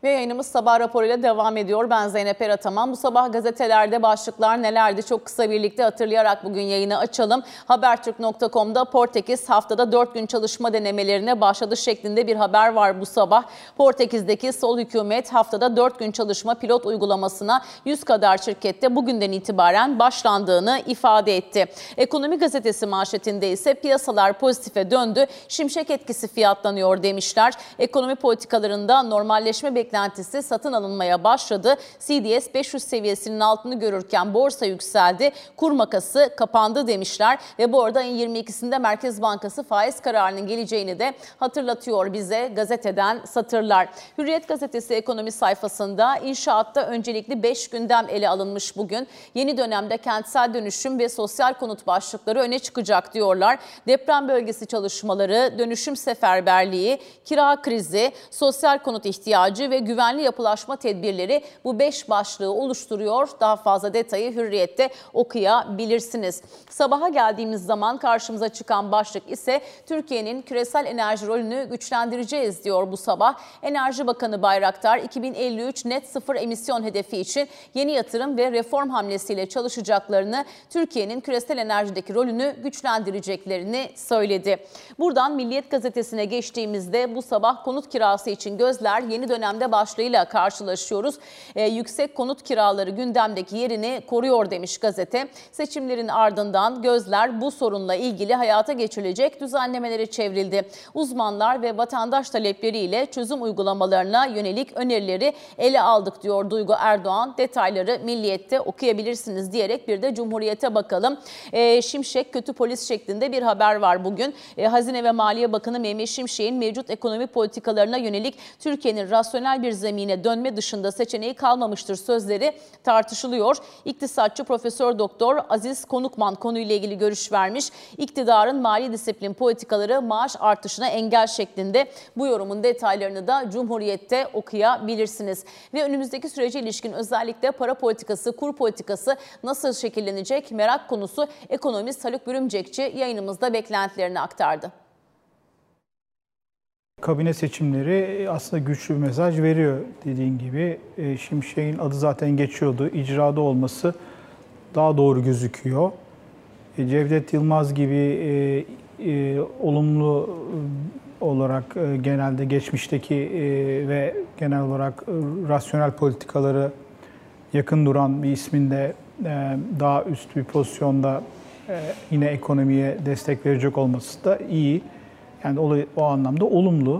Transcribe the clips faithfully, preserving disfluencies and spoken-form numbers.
Ve yayınımız sabah raporuyla devam ediyor. Ben Zeynep Erataman. Bu sabah gazetelerde başlıklar nelerdi? Çok kısa birlikte hatırlayarak bugün yayını açalım. Habertürk nokta com'da Portekiz haftada dört gün çalışma denemelerine başladı şeklinde bir haber var bu sabah. Portekiz'deki sol hükümet haftada dört gün çalışma pilot uygulamasına yüz kadar şirkette bugünden itibaren başlandığını ifade etti. Ekonomi gazetesi manşetinde ise piyasalar pozitife döndü. Şimşek etkisi fiyatlanıyor demişler. Ekonomi politikalarında normalleşme beklentisi satın alınmaya başladı. C D S beş yüz seviyesinin altını görürken borsa yükseldi. Kur makası kapandı demişler ve bu arada ayın yirmi ikisinde Merkez Bankası faiz kararının geleceğini de hatırlatıyor bize gazeteden satırlar. Hürriyet gazetesi ekonomi sayfasında inşaatta öncelikli beş gündem ele alınmış bugün. Yeni dönemde kentsel dönüşüm ve sosyal konut başlıkları öne çıkacak diyorlar. Deprem bölgesi çalışmaları, dönüşüm seferberliği, kira krizi, sosyal konut ihtiyacı ve güvenli yapılaşma tedbirleri bu beş başlığı oluşturuyor. Daha fazla detayı Hürriyet'te okuyabilirsiniz. Sabaha geldiğimiz zaman karşımıza çıkan başlık ise Türkiye'nin küresel enerji rolünü güçlendireceğiz diyor bu sabah. Enerji Bakanı Bayraktar iki bin elli üç net sıfır emisyon hedefi için yeni yatırım ve reform hamlesiyle çalışacaklarını, Türkiye'nin küresel enerjideki rolünü güçlendireceklerini söyledi. Buradan Milliyet gazetesine geçtiğimizde bu sabah konut kirası için gözler yeni dönemde başlığıyla karşılaşıyoruz. Ee, yüksek konut kiraları gündemdeki yerini koruyor demiş gazete. Seçimlerin ardından gözler bu sorunla ilgili hayata geçirilecek düzenlemelere çevrildi. Uzmanlar ve vatandaş talepleriyle çözüm uygulamalarına yönelik önerileri ele aldık diyor Duygu Erdoğan. Detayları Milliyet'te okuyabilirsiniz diyerek bir de Cumhuriyet'e bakalım. Ee, Şimşek kötü polis şeklinde bir haber var bugün. Ee, Hazine ve Maliye Bakanı Mehmet Şimşek'in mevcut ekonomi politikalarına yönelik Türkiye'nin rasyonel bir zemine dönme dışında seçeneği kalmamıştır sözleri tartışılıyor. İktisatçı Profesör Doktor Aziz Konukman konuyla ilgili görüş vermiş. İktidarın mali disiplin politikaları maaş artışına engel şeklinde. Bu yorumun detaylarını da Cumhuriyet'te okuyabilirsiniz. Ve önümüzdeki sürece ilişkin özellikle para politikası, kur politikası nasıl şekillenecek merak konusu ekonomist Haluk Bürümcekçi yayınımızda beklentilerini aktardı. Kabine seçimleri aslında güçlü bir mesaj veriyor dediğin gibi. Şimşek'in adı zaten geçiyordu. İcrada olması daha doğru gözüküyor. Cevdet Yılmaz gibi e, e, olumlu olarak e, genelde geçmişteki e, ve genel olarak e, rasyonel politikaları yakın duran bir ismin de e, daha üst bir pozisyonda e, yine ekonomiye destek verecek olması da iyi. Yani o, o anlamda olumlu.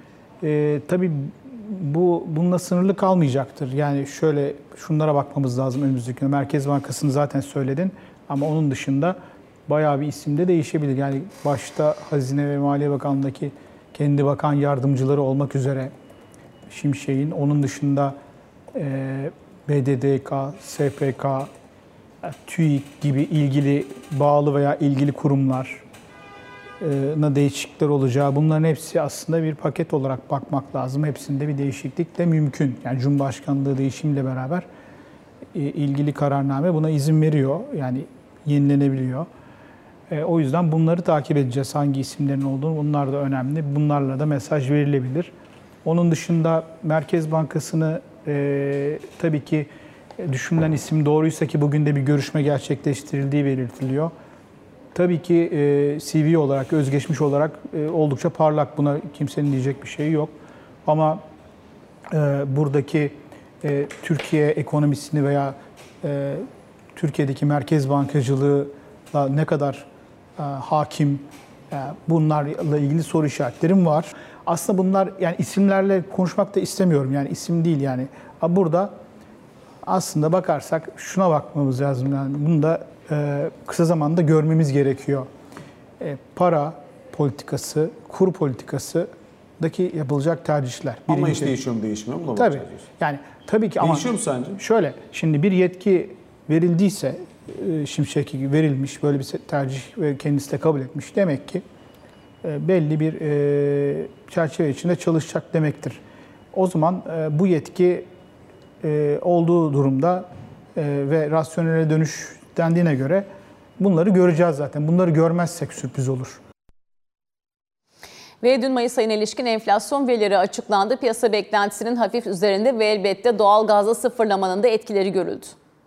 Ee, tabii bu bununla sınırlı kalmayacaktır. Yani şöyle şunlara bakmamız lazım önümüzdeki. Merkez Bankası'nı zaten söyledin ama onun dışında bayağı bir isim de değişebilir. Yani başta Hazine ve Maliye Bakanlığı'ndaki kendi bakan yardımcıları olmak üzere Şimşek'in, onun dışında e, B D D K, S P K, TÜİK gibi ilgili bağlı veya ilgili kurumlar na değişiklikler olacağı, bunların hepsi aslında bir paket olarak bakmak lazım. Hepsinde bir değişiklik de mümkün. Yani Cumhurbaşkanlığı değişimiyle beraber ilgili kararname buna izin veriyor. Yani yenilenebiliyor. O yüzden bunları takip edeceğiz. Hangi isimlerin olduğunu, bunlar da önemli. Bunlarla da mesaj verilebilir. Onun dışında Merkez Bankası'nı e, tabii ki düşünülen isim doğruysa ki bugün de bir görüşme gerçekleştirildiği belirtiliyor. Tabii ki e, C V olarak, özgeçmiş olarak e, oldukça parlak. Buna kimsenin diyecek bir şeyi yok. Ama e, buradaki e, Türkiye ekonomisini veya e, Türkiye'deki merkez bankacılığına ne kadar e, hakim, e, bunlarla ilgili soru işaretlerim var. Aslında bunlar, yani isimlerle konuşmak da istemiyorum. Yani isim değil yani. Burada aslında bakarsak şuna bakmamız lazım. Yani bunu da Ee, kısa zamanda görmemiz gerekiyor. Ee, para politikası, kur politikasıdaki yapılacak tercihler. Ama Birinci, iş değişiyor mu değişmiyor mu? Tabii. Yani tabii ki ama değişiyor mu sence? Şöyle, şimdi bir yetki verildiyse, Şimşek verilmiş, böyle bir tercih ve kendisi de kabul etmiş. Demek ki belli bir çerçeve içinde çalışacak demektir. O zaman bu yetki olduğu durumda ve rasyonele dönüş dendiğine göre bunları göreceğiz zaten. Bunları görmezsek sürpriz olur. Ve dün Mayıs ayına ilişkin enflasyon verileri açıklandı. Piyasa beklentisinin hafif üzerinde ve elbette doğalgazda sıfırlamanın da etkileri görüldü.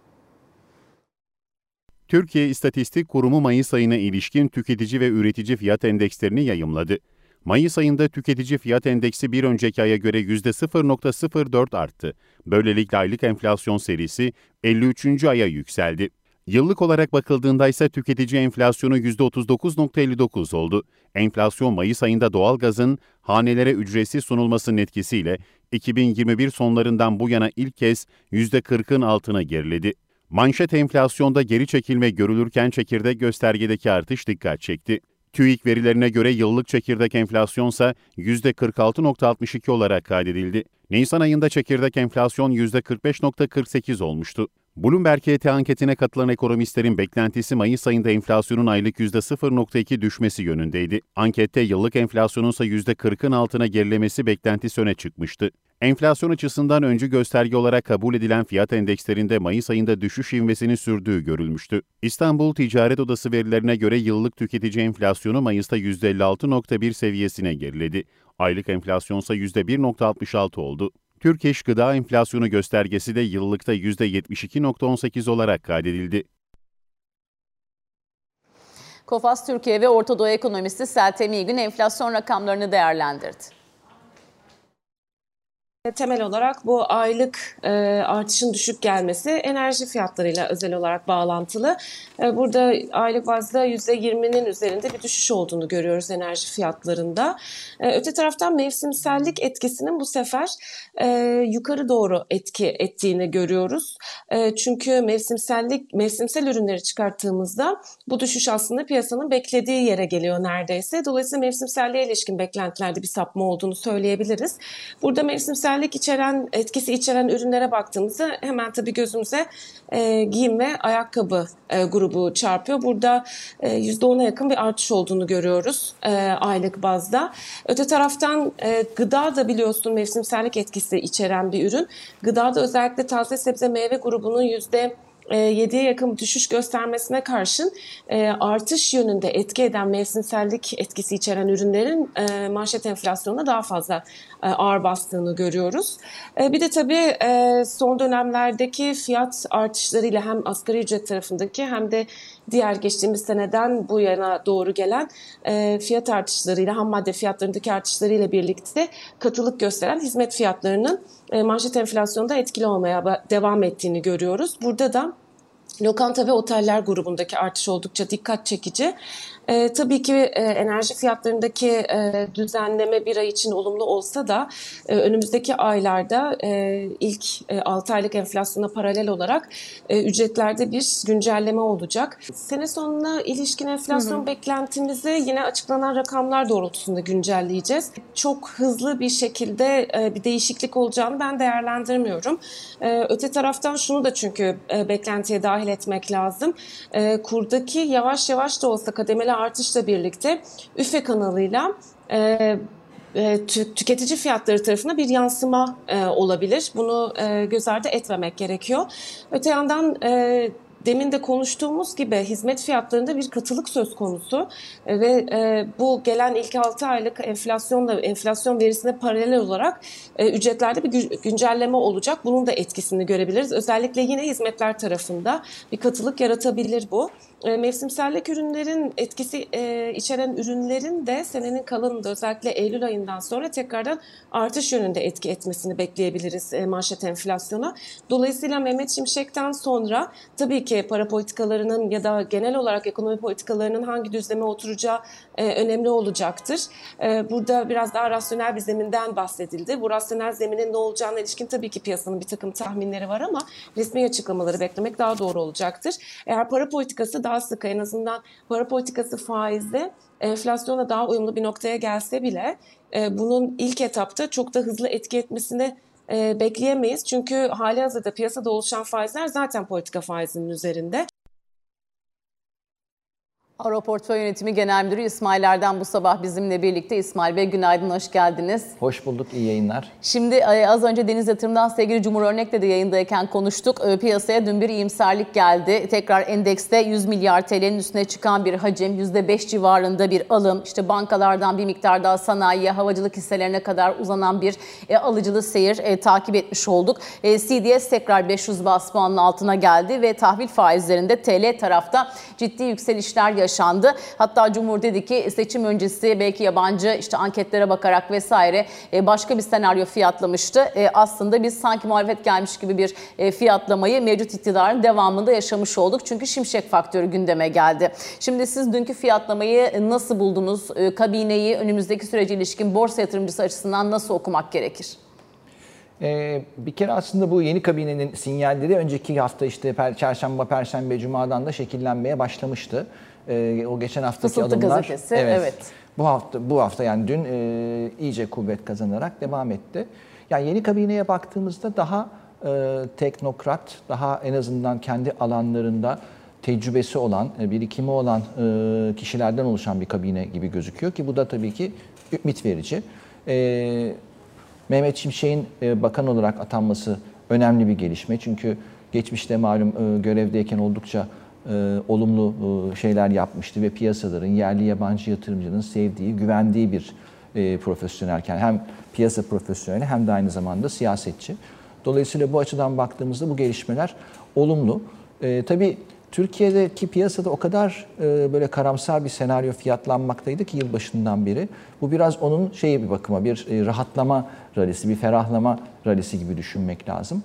Türkiye İstatistik Kurumu Mayıs ayına ilişkin tüketici ve üretici fiyat endekslerini yayımladı. Mayıs ayında tüketici fiyat endeksi bir önceki aya göre yüzde sıfır virgül sıfır dört arttı. Böylelikle aylık enflasyon serisi elli üçüncü aya yükseldi. Yıllık olarak bakıldığında ise tüketici enflasyonu yüzde otuz dokuz virgül elli dokuz oldu. Enflasyon Mayıs ayında doğalgazın hanelere ücretsiz sunulmasının etkisiyle iki bin yirmi bir sonlarından bu yana ilk kez yüzde kırkın altına geriledi. Manşet enflasyonda geri çekilme görülürken çekirdek göstergedeki artış dikkat çekti. TÜİK verilerine göre yıllık çekirdek enflasyonsa yüzde kırk altı virgül altmış iki olarak kaydedildi. Nisan ayında çekirdek enflasyon yüzde kırk beş virgül kırk sekiz olmuştu. Bloomberg H T anketine katılan ekonomistlerin beklentisi Mayıs ayında enflasyonun aylık yüzde sıfır virgül iki düşmesi yönündeydi. Ankette yıllık enflasyonunsa yüzde kırkın altına gerilemesi beklentisi öne çıkmıştı. Enflasyon açısından öncü gösterge olarak kabul edilen fiyat endekslerinde Mayıs ayında düşüş ivmesinin sürdüğü görülmüştü. İstanbul Ticaret Odası verilerine göre yıllık tüketici enflasyonu Mayıs'ta yüzde elli altı virgül bir seviyesine geriledi. Aylık enflasyonsa yüzde bir virgül altmış altı oldu. Türk İş Gıda Enflasyonu göstergesi de yıllıkta yüzde yetmiş iki virgül on sekiz olarak kaydedildi. Kofas Türkiye ve Orta Doğu ekonomisti Seltem İlgün enflasyon rakamlarını değerlendirdi. Temel olarak bu aylık e, artışın düşük gelmesi enerji fiyatlarıyla özel olarak bağlantılı. E, burada aylık bazda yüzde yirminin üzerinde bir düşüş olduğunu görüyoruz enerji fiyatlarında. E, öte taraftan mevsimsellik etkisinin bu sefer e, yukarı doğru etki ettiğini görüyoruz. E, çünkü mevsimsellik mevsimsel ürünleri çıkarttığımızda bu düşüş aslında piyasanın beklediği yere geliyor neredeyse. Dolayısıyla mevsimselliğe ilişkin beklentilerde bir sapma olduğunu söyleyebiliriz. Burada mevsimsel içeren, etkisi içeren ürünlere baktığımızda hemen tabii gözümüze e, giyim ve ayakkabı e, grubu çarpıyor. Burada e, yüzde ona yakın bir artış olduğunu görüyoruz e, aylık bazda. Öte taraftan e, gıda da biliyorsun mevsimsellik etkisi içeren bir ürün. Gıdada özellikle taze sebze meyve grubunun yüzde yediye yakın düşüş göstermesine karşın e, artış yönünde etki eden mevsimsellik etkisi içeren ürünlerin e, manşet enflasyonuna daha fazla e, ağır bastığını görüyoruz. E, bir de tabii e, son dönemlerdeki fiyat artışlarıyla hem asgari ücret tarafındaki hem de diğer geçtiğimiz seneden bu yana doğru gelen e, fiyat artışlarıyla, ham madde fiyatlarındaki artışlarıyla birlikte katılık gösteren hizmet fiyatlarının e, manşet enflasyonda etkili olmaya devam ettiğini görüyoruz. Burada da lokanta ve oteller grubundaki artış oldukça dikkat çekici. E, tabii ki e, enerji fiyatlarındaki e, düzenleme bir ay için olumlu olsa da e, önümüzdeki aylarda e, ilk e, altı aylık enflasyona paralel olarak e, ücretlerde bir güncelleme olacak. Sene sonuna ilişkin enflasyon hı hı. beklentimizi yine açıklanan rakamlar doğrultusunda güncelleyeceğiz. Çok hızlı bir şekilde e, bir değişiklik olacağını ben değerlendirmiyorum. E, öte taraftan şunu da çünkü e, beklentiye dahil etmek lazım. E, kurdaki yavaş yavaş da olsa kademeli artışla birlikte üfe kanalıyla e, e, tü, tüketici fiyatları tarafına bir yansıma e, olabilir. Bunu e, göz ardı etmemek gerekiyor. Öte yandan e, demin de konuştuğumuz gibi hizmet fiyatlarında bir katılık söz konusu e, ve e, bu gelen ilk altı aylık enflasyonla enflasyon verisine paralel olarak e, ücretlerde bir güncelleme olacak. Bunun da etkisini görebiliriz. Özellikle yine hizmetler tarafında bir katılık yaratabilir bu. E, mevsimsellik ürünlerin etkisi e, içeren ürünlerin de senenin kalanında özellikle Eylül ayından sonra tekrardan artış yönünde etki etmesini bekleyebiliriz e, manşet enflasyona. Dolayısıyla Mehmet Şimşek'ten sonra tabii ki para politikalarının ya da genel olarak ekonomi politikalarının hangi düzleme oturacağı e, önemli olacaktır. E, burada biraz daha rasyonel bir zeminden bahsedildi. Bu rasyonel zeminin ne olacağına ilişkin tabii ki piyasanın bir takım tahminleri var ama resmi açıklamaları beklemek daha doğru olacaktır. Eğer para politikası daha sıkı, en azından para politikası faizde enflasyona daha uyumlu bir noktaya gelse bile e, bunun ilk etapta çok da hızlı etki etmesini e, bekleyemeyiz. Çünkü hali hazırda piyasada oluşan faizler zaten politika faizinin üzerinde. Avro Portföy Yönetimi Genel Müdürü İsmail Erdem bu sabah bizimle birlikte. İsmail Bey günaydın, hoş geldiniz. Hoş bulduk, iyi yayınlar. Şimdi az önce Deniz Yatırım'dan sevgili Cumhur Örnek'le de yayındayken konuştuk. Piyasaya dün bir iyimserlik geldi. Tekrar endekste yüz milyar T L'nin üstüne çıkan bir hacim, yüzde beş civarında bir alım. İşte bankalardan bir miktar daha sanayiye, havacılık hisselerine kadar uzanan bir e, alıcılı seyir e, takip etmiş olduk. E, C D S tekrar beş yüz bas puanın altına geldi ve tahvil faizlerinde T L tarafta ciddi yükselişler yaşandı. yaşandı. Hatta Cumhur dedi ki seçim öncesi belki yabancı işte anketlere bakarak vesaire başka bir senaryo fiyatlamıştı. Aslında biz sanki muhalefet gelmiş gibi bir fiyatlamayı mevcut iktidarın devamında yaşamış olduk. Çünkü şimşek faktörü gündeme geldi. Şimdi siz dünkü fiyatlamayı nasıl buldunuz? Kabineyi önümüzdeki sürece ilişkin borsa yatırımcısı açısından nasıl okumak gerekir? Ee, bir kere aslında bu yeni kabinenin sinyalleri önceki hafta işte per, çarşamba, perşembe, cumadan da şekillenmeye başlamıştı. Ee, o geçen haftaki Fısıltı adımlar, gazetesi, evet. evet. Bu hafta bu hafta yani dün e, iyice kuvvet kazanarak devam etti. Yani yeni kabineye baktığımızda daha e, teknokrat, daha en azından kendi alanlarında tecrübesi olan, birikimi olan e, kişilerden oluşan bir kabine gibi gözüküyor ki bu da tabii ki ümit verici. E, Mehmet Şimşek'in bakan olarak atanması önemli bir gelişme. Çünkü geçmişte malum görevdeyken oldukça olumlu şeyler yapmıştı ve piyasaların, yerli yabancı yatırımcının sevdiği, güvendiği bir profesyonelken hem piyasa profesyoneli hem de aynı zamanda siyasetçi. Dolayısıyla bu açıdan baktığımızda bu gelişmeler olumlu. Tabii Türkiye'deki piyasada o kadar e, böyle karamsar bir senaryo fiyatlanmaktaydı ki yılbaşından beri. Bu biraz onun şeyi bir bakıma bir e, rahatlama rallisi, bir ferahlama rallisi gibi düşünmek lazım.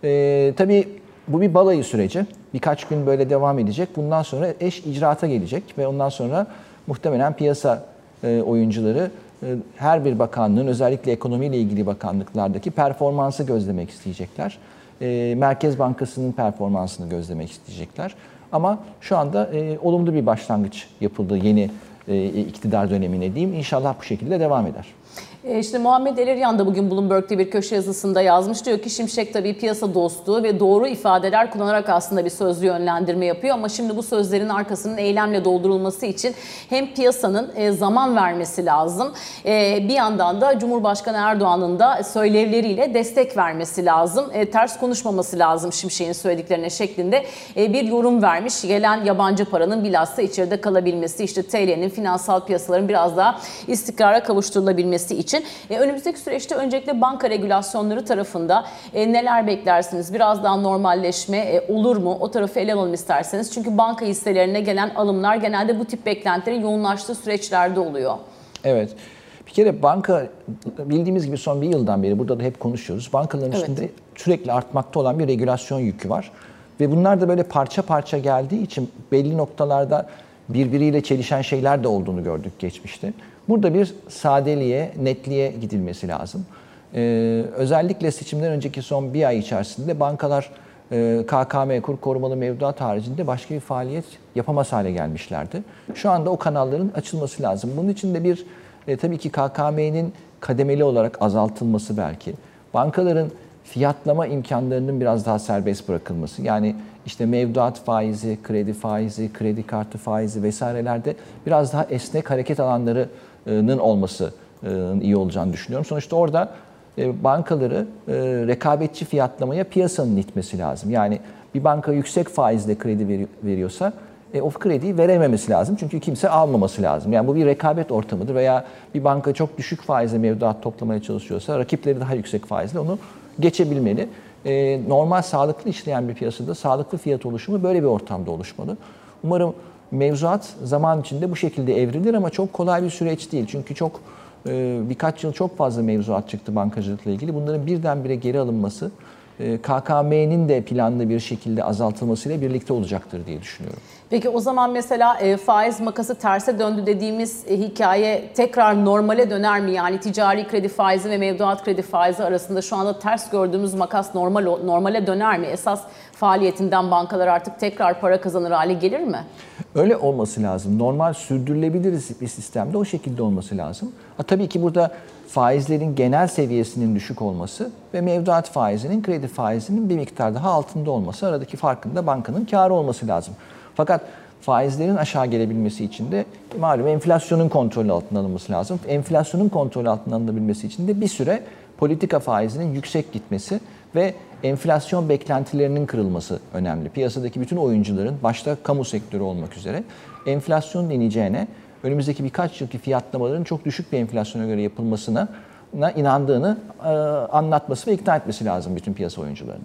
E, tabii bu bir balayı süreci. Birkaç gün böyle devam edecek. Bundan sonra eş icraata gelecek ve ondan sonra muhtemelen piyasa e, oyuncuları e, her bir bakanlığın özellikle ekonomiyle ilgili bakanlıklardaki performansı gözlemek isteyecekler. Merkez Bankası'nın performansını gözlemek isteyecekler. Ama şu anda e, olumlu bir başlangıç yapıldı yeni e, iktidar dönemine diyeyim. İnşallah bu şekilde devam eder. İşte Muhammed Eleryan da bugün Bloomberg'te bir köşe yazısında yazmış. Diyor ki Şimşek tabii piyasa dostu ve doğru ifadeler kullanarak aslında bir sözlü yönlendirme yapıyor. Ama şimdi bu sözlerin arkasının eylemle doldurulması için hem piyasanın zaman vermesi lazım. Bir yandan da Cumhurbaşkanı Erdoğan'ın da söylevleriyle destek vermesi lazım. Ters konuşmaması lazım Şimşek'in söylediklerine şeklinde bir yorum vermiş. Gelen yabancı paranın bilhassa içeride kalabilmesi, işte T L'nin finansal piyasaların biraz daha istikrara kavuşturulabilmesi için. için. E, önümüzdeki süreçte öncelikle banka regülasyonları tarafında e, neler beklersiniz? Biraz daha normalleşme e, olur mu? O tarafı ele alalım isterseniz. Çünkü banka hisselerine gelen alımlar genelde bu tip beklentilerin yoğunlaştığı süreçlerde oluyor. Evet. Bir kere banka bildiğimiz gibi son bir yıldan beri burada da hep konuşuyoruz. Bankaların evet. üstünde sürekli artmakta olan bir regülasyon yükü var. Ve bunlar da böyle parça parça geldiği için belli noktalarda birbiriyle çelişen şeyler de olduğunu gördük geçmişte. Burada bir sadeliğe, netliğe gidilmesi lazım. Ee, özellikle seçimden önceki son bir ay içerisinde bankalar e, K K M, kur korumalı mevduat haricinde başka bir faaliyet yapamaz hale gelmişlerdi. Şu anda o kanalların açılması lazım. Bunun için de bir e, tabii ki K K M'nin kademeli olarak azaltılması belki. Bankaların fiyatlama imkanlarının biraz daha serbest bırakılması. Yani işte mevduat faizi, kredi faizi, kredi kartı faizi vesairelerde biraz daha esnek hareket alanlarının olması iyi olacağını düşünüyorum. Sonuçta orada bankaları rekabetçi fiyatlamaya piyasanın itmesi lazım. Yani bir banka yüksek faizle kredi veriyorsa o krediyi verememesi lazım. Çünkü kimse almaması lazım. Yani bu bir rekabet ortamıdır veya bir banka çok düşük faizle mevduat toplamaya çalışıyorsa rakipleri daha yüksek faizle onu geçebilmeli. Ee, normal sağlıklı işleyen bir piyasada sağlıklı fiyat oluşumu böyle bir ortamda oluşmalı. Umarım mevzuat zaman içinde bu şekilde evrilir ama çok kolay bir süreç değil. Çünkü çok e, birkaç yıl çok fazla mevzuat çıktı bankacılıkla ilgili. Bunların birdenbire geri alınması e, K K M'nin de planlı bir şekilde azaltılmasıyla birlikte olacaktır diye düşünüyorum. Peki o zaman mesela e, faiz makası terse döndü dediğimiz e, hikaye tekrar normale döner mi? Yani ticari kredi faizi ve mevduat kredi faizi arasında şu anda ters gördüğümüz makas normal normale döner mi? Esas faaliyetinden bankalar artık tekrar para kazanır hale gelir mi? Öyle olması lazım. Normal sürdürülebilir bir sistemde o şekilde olması lazım. Ha, tabii ki burada faizlerin genel seviyesinin düşük olması ve mevduat faizinin kredi faizinin bir miktar daha altında olması, aradaki farkın da bankanın kârı olması lazım. Fakat faizlerin aşağı gelebilmesi için de malum enflasyonun kontrolü altına alınması lazım. Enflasyonun kontrolü altına alınabilmesi için de bir süre politika faizinin yüksek gitmesi ve enflasyon beklentilerinin kırılması önemli. Piyasadaki bütün oyuncuların, başta kamu sektörü olmak üzere, enflasyonun ineceğine, önümüzdeki birkaç yılki fiyatlamaların çok düşük bir enflasyona göre yapılmasına inandığını e, anlatması ve ikna etmesi lazım bütün piyasa oyuncularını.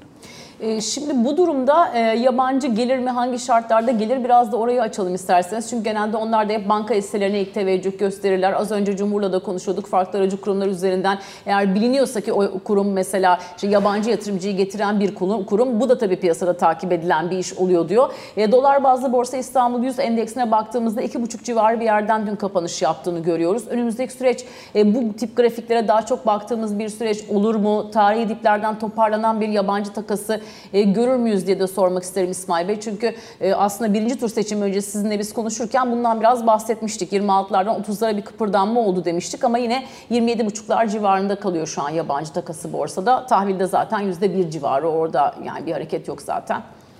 Şimdi bu durumda e, yabancı gelir mi, hangi şartlarda gelir, biraz da orayı açalım isterseniz. Çünkü genelde onlar da hep banka hisselerine ilk teveccüh gösterirler. Az önce Cumhur'la da konuşuyorduk, farklı aracı kurumlar üzerinden. Eğer biliniyorsa ki o kurum mesela işte yabancı yatırımcıyı getiren bir kurum, kurum, bu da tabii piyasada takip edilen bir iş oluyor diyor. E, dolar bazlı Borsa İstanbul yüz endeksine baktığımızda iki buçuk civarı bir yerden dün kapanış yaptığını görüyoruz. Önümüzdeki süreç e, bu tip grafiklere daha çok baktığımız bir süreç olur mu? Tarihi diplerden toparlanan bir yabancı takası E, görür müyüz diye de sormak isterim İsmail Bey. Çünkü e, aslında birinci tur seçimi öncesi sizinle biz konuşurken bundan biraz bahsetmiştik. yirmi altılardan otuzlara bir kıpırdanma oldu demiştik ama yine yirmi yedi buçuklar civarında kalıyor şu an yabancı takası borsada. Tahvilde zaten yüzde bir civarı, orada yani bir hareket yok zaten.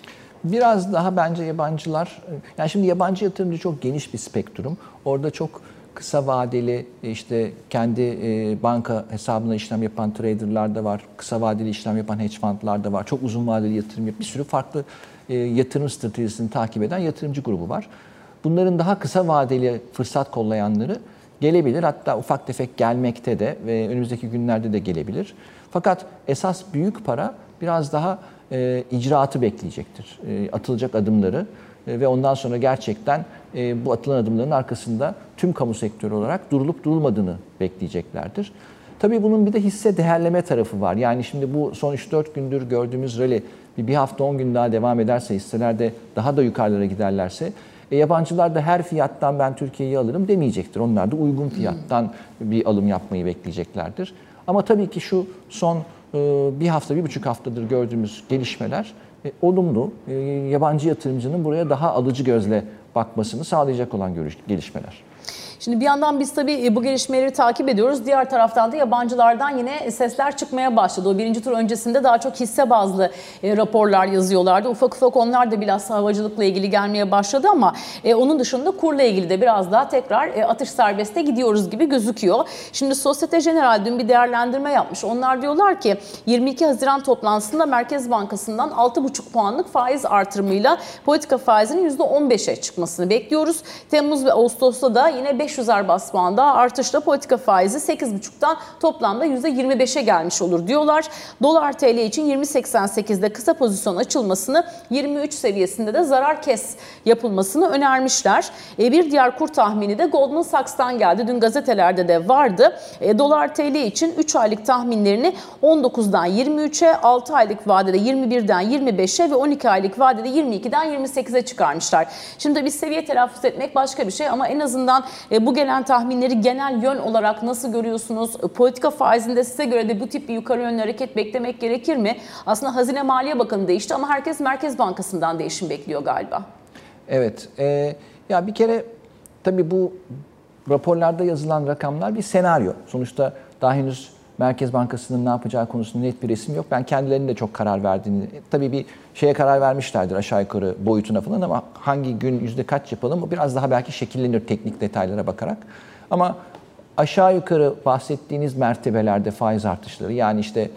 Biraz daha bence yabancılar, yani şimdi yabancı yatırımcı çok geniş bir spektrum. Orada çok kısa vadeli, işte kendi banka hesabına işlem yapan traderlar da var. Kısa vadeli işlem yapan hedge fundlar da var. Çok uzun vadeli yatırım yapan bir sürü farklı yatırım stratejisini takip eden yatırımcı grubu var. Bunların daha kısa vadeli fırsat kollayanları gelebilir. Hatta ufak tefek gelmekte de ve önümüzdeki günlerde de gelebilir. Fakat esas büyük para biraz daha e, icraatı bekleyecektir. E, atılacak adımları e, ve ondan sonra gerçekten e, bu atılan adımların arkasında tüm kamu sektörü olarak durulup durulmadığını bekleyeceklerdir. Tabii bunun bir de hisse değerleme tarafı var. Yani şimdi bu son üç dört gündür gördüğümüz rally bir, bir hafta on gün daha devam ederse, hisselerde daha da yukarılara giderlerse, e, yabancılar da her fiyattan ben Türkiye'yi alırım demeyecektir. Onlar da uygun fiyattan bir alım yapmayı bekleyeceklerdir. Ama tabii ki şu son e, bir hafta, bir buçuk haftadır gördüğümüz gelişmeler e, olumlu. E, yabancı yatırımcının buraya daha alıcı gözle bakmasını sağlayacak olan görüş, gelişmeler. Şimdi bir yandan biz tabii bu gelişmeleri takip ediyoruz. Diğer taraftan da yabancılardan yine sesler çıkmaya başladı. O birinci tur öncesinde daha çok hisse bazlı e, raporlar yazıyorlardı. Ufak ufak onlar da bilhassa havacılıkla ilgili gelmeye başladı ama e, onun dışında kurla ilgili de biraz daha tekrar e, atış serbeste gidiyoruz gibi gözüküyor. Şimdi Societe Generale dün bir değerlendirme yapmış. Onlar diyorlar ki yirmi iki Haziran toplantısında Merkez Bankası'ndan altı buçuk puanlık faiz artırımıyla politika faizinin yüzde on beşe çıkmasını bekliyoruz. Temmuz ve Ağustos'ta da yine beş yüzer bas puan daha artışla politika faizi sekiz buçuktan toplamda yüzde yirmi beşe gelmiş olur diyorlar. Dolar T L için yirmi seksen sekizde kısa pozisyon açılmasını, yirmi üç seviyesinde de zarar kes yapılmasını önermişler. E, bir diğer kur tahmini de Goldman Sachs'tan geldi. Dün gazetelerde de vardı. E, Dolar T L için üç aylık tahminlerini on dokuzdan yirmi üçe, altı aylık vadede yirmi birden yirmi beşe ve on iki aylık vadede yirmi ikiden yirmi sekize çıkarmışlar. Şimdi bir seviye telaffuz etmek başka bir şey ama en azından e, bu gelen tahminleri genel yön olarak nasıl görüyorsunuz? Politika faizinde size göre de bu tip bir yukarı yönlü hareket beklemek gerekir mi? Aslında Hazine Maliye Bakanı değişti ama herkes Merkez Bankası'ndan değişim bekliyor galiba. Evet. E, ya bir kere tabii bu raporlarda yazılan rakamlar bir senaryo. Sonuçta daha henüz Merkez Bankası'nın ne yapacağı konusunda net bir resim yok. Ben kendilerinin de çok karar verdiğini, tabii bir şeye karar vermişlerdir aşağı yukarı boyutuna falan ama hangi gün yüzde kaç yapalım o biraz daha belki şekillenir teknik detaylara bakarak. Ama aşağı yukarı bahsettiğiniz mertebelerde faiz artışları, yani işte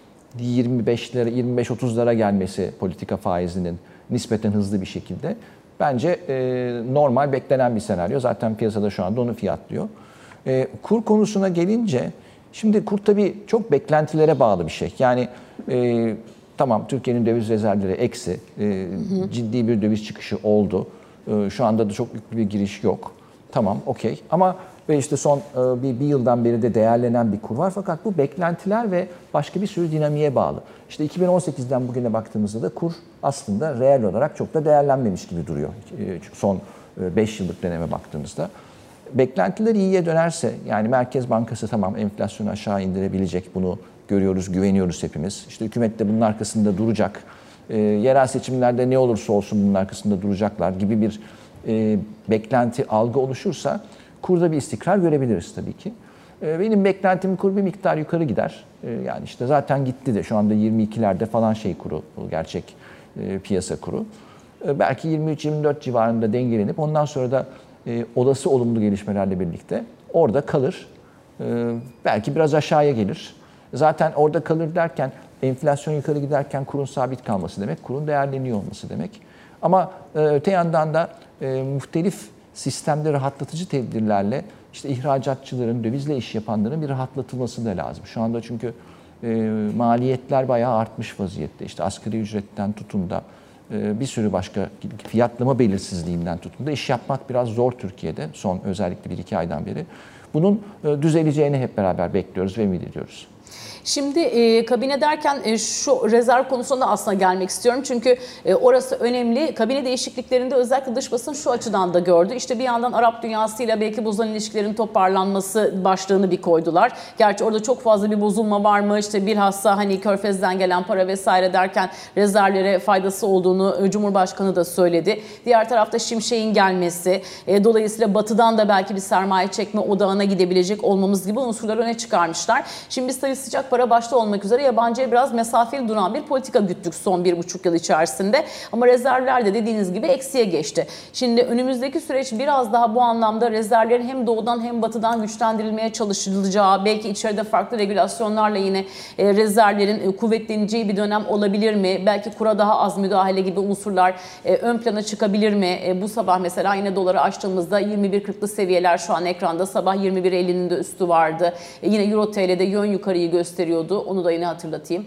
yirmi beşlere, yirmi beş otuzlara gelmesi politika faizinin nispeten hızlı bir şekilde bence e, normal beklenen bir senaryo. Zaten piyasada şu anda onu fiyatlıyor. E, kur konusuna gelince, şimdi kur tabii çok beklentilere bağlı bir şey. Yani e, tamam Türkiye'nin döviz rezervleri eksi, e, hı hı. ciddi bir döviz çıkışı oldu. E, şu anda da çok yüklü bir giriş yok. Tamam, okey. Ama ve işte son e, bir, bir yıldan beri de değerlenen bir kur var. Fakat bu beklentiler ve başka bir sürü dinamiğe bağlı. İşte iki bin on sekizden bugüne baktığımızda da kur aslında reel olarak çok da değerlenmemiş gibi duruyor. E, son beş yıllık döneme baktığımızda. Beklentiler iyiye dönerse, yani Merkez Bankası tamam enflasyonu aşağı indirebilecek, bunu görüyoruz, güveniyoruz hepimiz. İşte hükümet de bunun arkasında duracak. E, yerel seçimlerde ne olursa olsun bunun arkasında duracaklar gibi bir e, beklenti, algı oluşursa kurda bir istikrar görebiliriz tabii ki. E, benim beklentim kur bir miktar yukarı gider. E, yani işte zaten gitti de şu anda yirmi ikilerde falan şey kuru, gerçek e, piyasa kuru. belki yirmi üç yirmi dört civarında dengelenip ondan sonra da olası olumlu gelişmelerle birlikte orada kalır. Belki biraz aşağıya gelir. Zaten orada kalır derken enflasyon yukarı giderken kurun sabit kalması demek, kurun değerleniyor olması demek. Ama öte yandan da muhtelif sistemde rahatlatıcı tedbirlerle işte ihracatçıların, dövizle iş yapanların bir rahatlatılması da lazım. Şu anda çünkü maliyetler bayağı artmış vaziyette. İşte asgari ücretten tutun da bir sürü başka fiyatlama belirsizliğinden tutun da iş yapmak biraz zor Türkiye'de son özellikle bir iki aydan beri. Bunun düzeleceğini hep beraber bekliyoruz ve ümit ediyoruz. Şimdi e, kabine derken e, şu rezerv konusuna aslında gelmek istiyorum. Çünkü e, orası önemli. Kabine değişikliklerinde özellikle dış basın şu açıdan da gördü. İşte bir yandan Arap dünyasıyla belki bozulan ilişkilerin toparlanması başlığını bir koydular. Gerçi orada çok fazla bir bozulma var mı? İşte bilhassa hani Körfez'den gelen para vesaire derken rezervlere faydası olduğunu e, Cumhurbaşkanı da söyledi. Diğer tarafta Şimşek'in gelmesi, e, dolayısıyla batıdan da belki bir sermaye çekme odağına gidebilecek olmamız gibi unsurları öne çıkarmışlar. Şimdi biz tabii sıcak para başta olmak üzere yabancıya biraz mesafeli duran bir politika güttük son bir buçuk yıl içerisinde. Ama rezervler de dediğiniz gibi eksiye geçti. Şimdi önümüzdeki süreç biraz daha bu anlamda rezervlerin hem doğudan hem batıdan güçlendirilmeye çalışılacağı, belki içeride farklı regülasyonlarla yine e, rezervlerin e, kuvvetleneceği bir dönem olabilir mi? Belki kura daha az müdahale gibi unsurlar e, ön plana çıkabilir mi? E, bu sabah mesela yine doları açtığımızda yirmi bir kırklı seviyeler şu an ekranda. Sabah yirmi bir ellinin de üstü vardı. E, yine Euro T L'de yön yukarıyı gösteriyordu. Onu da yine hatırlatayım.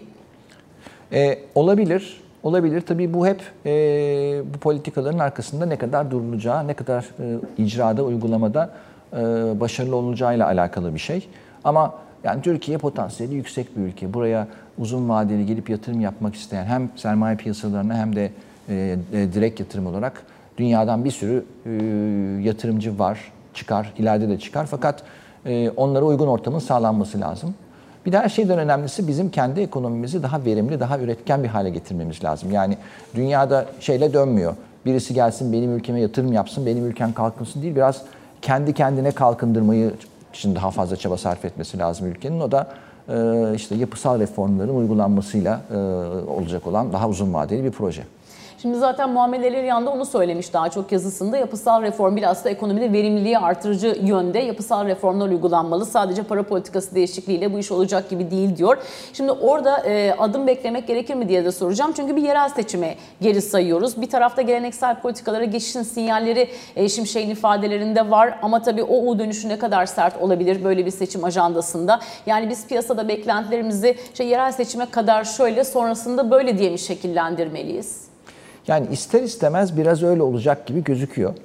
Ee, olabilir. Olabilir. Tabii bu hep e, bu politikaların arkasında ne kadar durulacağı, ne kadar e, icrada, uygulamada e, başarılı olacağıyla alakalı bir şey. Ama yani Türkiye potansiyeli yüksek bir ülke. Buraya uzun vadeli gelip yatırım yapmak isteyen hem sermaye piyasalarına hem de e, e, direkt yatırım olarak dünyadan bir sürü e, yatırımcı var, çıkar, ileride de çıkar. Fakat e, onlara uygun ortamın sağlanması lazım. Bir de her şeyden önemlisi bizim kendi ekonomimizi daha verimli, daha üretken bir hale getirmemiz lazım. Yani dünyada şeyle dönmüyor. Birisi gelsin benim ülkeme yatırım yapsın, benim ülkem kalkınsın değil. Biraz kendi kendine kalkındırmayı için daha fazla çaba sarf etmesi lazım ülkenin. O da işte yapısal reformların uygulanmasıyla olacak olan daha uzun vadeli bir proje. Şimdi zaten Muammer Elyar'da onu söylemiş daha çok yazısında. Yapısal reform bilhassa ekonomide verimliliği artırıcı yönde yapısal reformlar uygulanmalı. Sadece para politikası değişikliğiyle bu iş olacak gibi değil diyor. Şimdi orada e, adım beklemek gerekir mi diye de soracağım. Çünkü bir yerel seçime geri sayıyoruz. Bir tarafta geleneksel politikalara geçişin sinyalleri e, Şimşek'in ifadelerinde var. Ama tabii o U dönüşü ne kadar sert olabilir böyle bir seçim ajandasında. Yani biz piyasada beklentilerimizi işte yerel seçime kadar şöyle sonrasında böyle diye mi şekillendirmeliyiz? Yani ister istemez biraz öyle olacak gibi gözüküyor.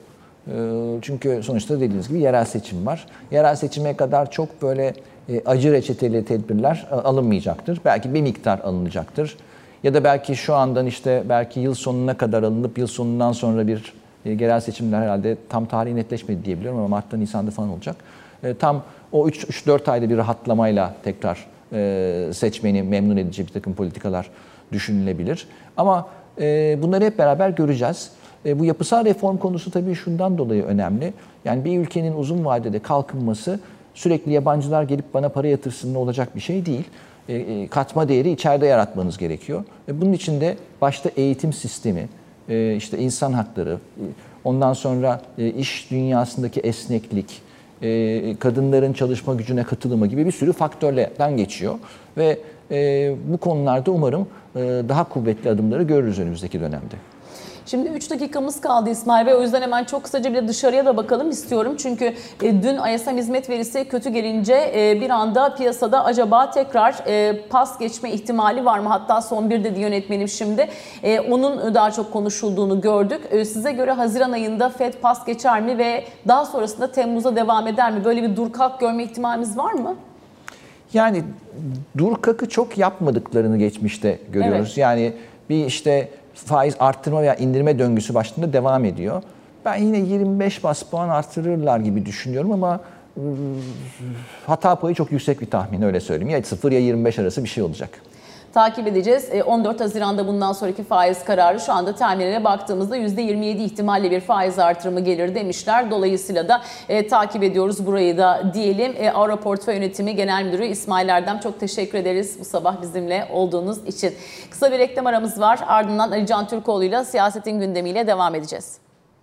Çünkü sonuçta dediğiniz gibi yerel seçim var. Yerel seçime kadar çok böyle acı reçeteli tedbirler alınmayacaktır. Belki bir miktar alınacaktır. Ya da belki şu andan işte belki yıl sonuna kadar alınıp yıl sonundan sonra bir yerel seçimler herhalde tam tarihi netleşmedi diyebiliyorum ama Mart'ta Nisan'da falan olacak. Tam o üç dört ayda bir rahatlamayla tekrar seçmeni memnun edici bir takım politikalar düşünülebilir. Ama bunları hep beraber göreceğiz. Bu yapısal reform konusu tabii şundan dolayı önemli. Yani bir ülkenin uzun vadede kalkınması sürekli yabancılar gelip bana para yatırsın olacak bir şey değil. Katma değeri içeride yaratmanız gerekiyor. Bunun için de başta eğitim sistemi, işte insan hakları, ondan sonra iş dünyasındaki esneklik, kadınların çalışma gücüne katılımı gibi bir sürü faktörlerden geçiyor. Ve bu konularda umarım daha kuvvetli adımları görürüz önümüzdeki dönemde. Şimdi üç dakikamız kaldı İsmail Bey. O yüzden hemen çok kısaca bir de dışarıya da bakalım istiyorum. Çünkü e, dün I S M hizmet verisi kötü gelince e, bir anda piyasada acaba tekrar e, pas geçme ihtimali var mı? Hatta son bir dedi yönetmenim şimdi. E, onun daha çok konuşulduğunu gördük. E, size göre Haziran ayında Fed pas geçer mi ve daha sonrasında Temmuz'a devam eder mi? Böyle bir dur kalk görme ihtimalimiz var mı? Yani dur kalkı çok yapmadıklarını geçmişte görüyoruz. Evet. Yani bir işte faiz arttırma veya indirme döngüsü başlığında devam ediyor. Ben yine yirmi beş bas puan artırırlar gibi düşünüyorum ama hata payı çok yüksek bir tahmin öyle söyleyeyim. Ya sıfır ya yirmi beş arası bir şey olacak. takip edeceğiz. on dört Haziran'da bundan sonraki faiz kararı, şu anda tahminlere baktığımızda yüzde yirmi yedi ihtimalle bir faiz artırımı gelir demişler. Dolayısıyla da e, takip ediyoruz burayı da diyelim. E, Avro Portföy Yönetimi Genel Müdürü İsmail Erdem, çok teşekkür ederiz bu sabah bizimle olduğunuz için. Kısa bir reklam aramız var. Ardından Ali Can Türkoğlu ile siyasetin gündemiyle devam edeceğiz.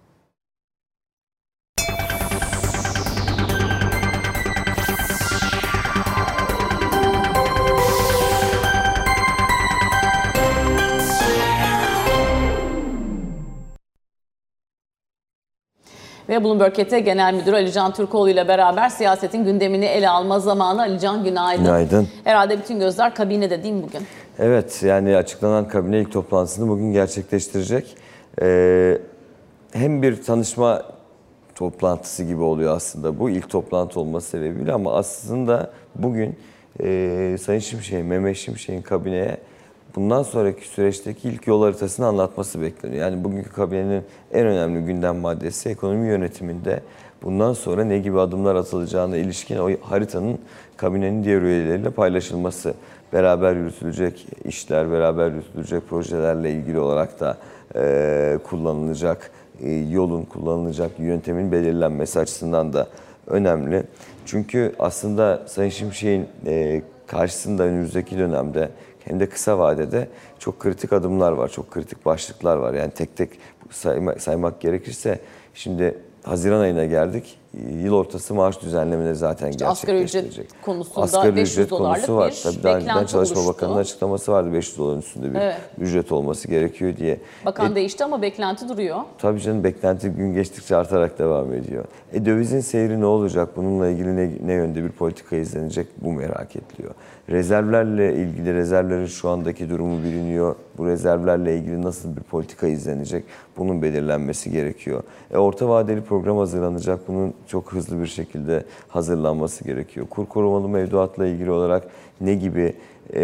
Ve Bloomberg E T Genel Müdürü Ali Can Türkoğlu ile beraber siyasetin gündemini ele alma zamanı. Ali Can, günaydın. Günaydın. Herhalde bütün gözler kabinede değil mi bugün? Evet, yani açıklanan kabine ilk toplantısını bugün gerçekleştirecek. Ee, hem bir tanışma toplantısı gibi oluyor aslında bu ilk toplantı olması sebebiyle, ama aslında bugün e, Sayın Şimşek'in, Mehmet Şimşek'in kabineye bundan sonraki süreçteki ilk yol haritasını anlatması bekleniyor. Yani bugünkü kabinenin en önemli gündem maddesi ekonomi yönetiminde bundan sonra ne gibi adımlar atılacağına ilişkin o haritanın kabinenin diğer üyeleriyle paylaşılması. Beraber yürütülecek işler, beraber yürütülecek projelerle ilgili olarak da e, kullanılacak e, yolun, kullanılacak yöntemin belirlenmesi açısından da önemli. Çünkü aslında Sayın Şimşek'in e, karşısında önümüzdeki dönemde hem de kısa vadede çok kritik adımlar var, çok kritik başlıklar var. Yani tek tek saymak, saymak gerekirse şimdi Haziran ayına geldik. Yıl ortası maaş düzenlemeleri zaten işte gerçekleştirecek. Asgari ücret konusunda asgari beş yüz ücret dolarlık konusu var. bir Tabii daha önceden Çalışma oluştu. Bakanı'nın açıklaması vardı, beş yüz doların üstünde bir evet. ücret olması gerekiyor diye. Bakan e, değişti ama beklenti duruyor. Tabii canım, beklenti gün geçtikçe artarak devam ediyor. E dövizin seyri ne olacak? Bununla ilgili ne, ne yönde bir politika izlenecek? Bu merak ediliyor. Rezervlerle ilgili, rezervlerin şu andaki durumu biliniyor. Bu rezervlerle ilgili nasıl bir politika izlenecek? Bunun belirlenmesi gerekiyor. E orta vadeli program hazırlanacak. Bunun çok hızlı bir şekilde hazırlanması gerekiyor. Kur korumalı mevduatla ilgili olarak ne gibi e,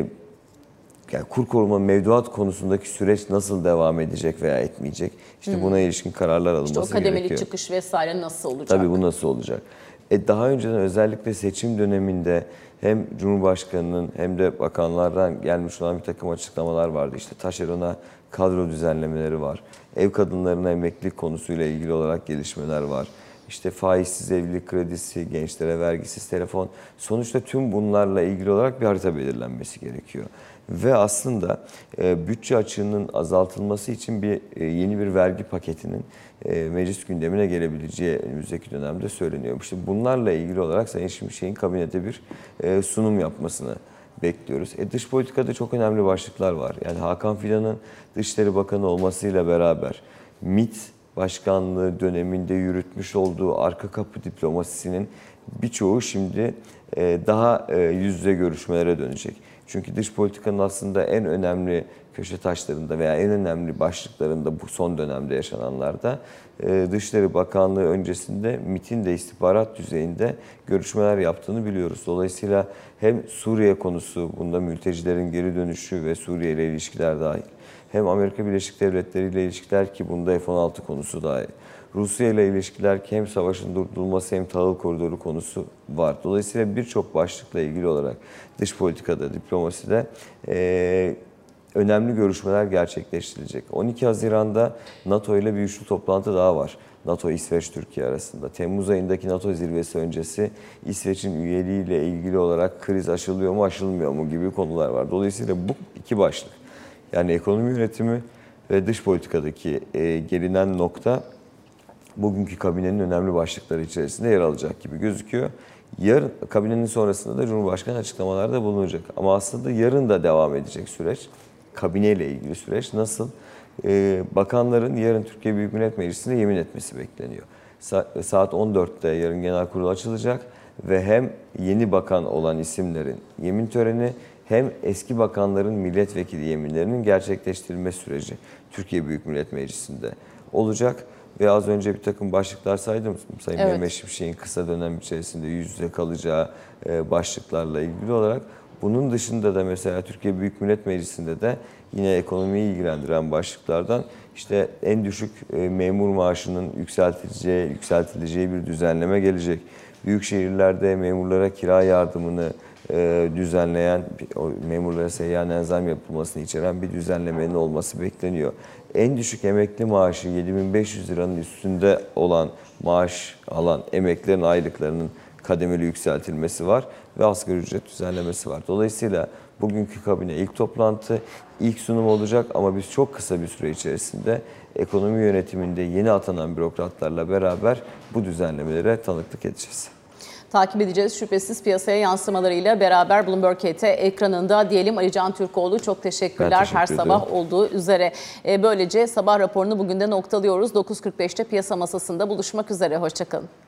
yani kur koruma mevduat konusundaki süreç nasıl devam edecek veya etmeyecek? İşte hmm. buna ilişkin kararlar alınması gerekiyor. İşte o kademelik gerekiyor. Çıkış vesaire nasıl olacak? Tabii bu nasıl olacak? E daha önceden özellikle seçim döneminde hem Cumhurbaşkanı'nın hem de bakanlardan gelmiş olan bir takım açıklamalar vardı. İşte taşerona kadro düzenlemeleri var. Ev kadınlarına emeklilik konusuyla ilgili olarak gelişmeler var. İşte faizsiz evlilik kredisi, gençlere vergisiz telefon. Sonuçta tüm bunlarla ilgili olarak bir harita belirlenmesi gerekiyor. Ve aslında e, bütçe açığının azaltılması için bir e, yeni bir vergi paketinin e, meclis gündemine gelebileceği önümüzdeki dönemde söyleniyor. İşte bunlarla ilgili olarak Sayın Şimşek'in kabinede bir e, sunum yapmasını bekliyoruz. E, dış politikada çok önemli başlıklar var. Yani Hakan Fidan'ın Dışişleri Bakanı olmasıyla beraber MİT Başkanlığı döneminde yürütmüş olduğu arka kapı diplomasisinin birçoğu şimdi e, daha e, yüz yüze görüşmelere dönecek. Çünkü dış politikanın aslında en önemli köşe taşlarında veya en önemli başlıklarında bu son dönemde yaşananlarda Dışişleri Bakanlığı öncesinde MİT'in de istihbarat düzeyinde görüşmeler yaptığını biliyoruz. Dolayısıyla hem Suriye konusu, bunda mültecilerin geri dönüşü ve Suriye ile ilişkiler dahil, hem Amerika Birleşik Devletleri ile ilişkiler ki bunda F on altı konusu dahil, Rusya ile ilişkiler ki hem savaşın durdurulması hem tahıl koridoru konusu var. Dolayısıyla birçok başlıkla ilgili olarak dış politikada, diplomaside e, önemli görüşmeler gerçekleştirilecek. on iki Haziran'da NATO ile bir üçlü toplantı daha var. NATO, İsveç, Türkiye arasında. Temmuz ayındaki NATO zirvesi öncesi İsveç'in üyeliğiyle ilgili olarak kriz aşılıyor mu, aşılmıyor mu gibi konular var. Dolayısıyla bu iki başlık, yani ekonomi yönetimi ve dış politikadaki e, gelinen nokta bugünkü kabinenin önemli başlıkları içerisinde yer alacak gibi gözüküyor. Yarın kabinenin sonrasında da Cumhurbaşkanı açıklamalarda bulunacak. Ama aslında yarın da devam edecek süreç. Kabineyle ilgili süreç nasıl? Ee, bakanların yarın Türkiye Büyük Millet Meclisi'nde yemin etmesi bekleniyor. Sa- saat on dörtte yarın genel kurul açılacak ve hem yeni bakan olan isimlerin yemin töreni hem eski bakanların milletvekili yeminlerinin gerçekleştirilme süreci Türkiye Büyük Millet Meclisi'nde olacak. Ve az önce bir takım başlıklar saydım. Sayın evet. Mehmet Şimşek'in kısa dönem içerisinde yüz yüze kalacağı başlıklarla ilgili olarak. Bunun dışında da mesela Türkiye Büyük Millet Meclisi'nde de yine ekonomiyi ilgilendiren başlıklardan işte en düşük memur maaşının yükseltileceği, yükseltileceği bir düzenleme gelecek. büyük şehirlerde memurlara kira yardımını e, düzenleyen, o memurlara seyyanen zam yapılmasını içeren bir düzenlemenin olması bekleniyor. En düşük emekli maaşı yedi bin beş yüz liranın üstünde olan maaş alan emeklilerin aylıklarının kademeli yükseltilmesi var ve asgari ücret düzenlemesi var. Dolayısıyla bugünkü kabine ilk toplantı, ilk sunum olacak ama biz çok kısa bir süre içerisinde ekonomi yönetiminde yeni atanan bürokratlarla beraber bu düzenlemelere tanıklık edeceğiz. Takip edeceğiz şüphesiz piyasaya yansımalarıyla beraber Bloomberg H T ekranında diyelim. Ali Can Türkoğlu çok teşekkürler teşekkür her ederim. sabah olduğu üzere. Böylece sabah raporunu bugün de noktalıyoruz. dokuz kırk beşte piyasa masasında buluşmak üzere. Hoşçakalın.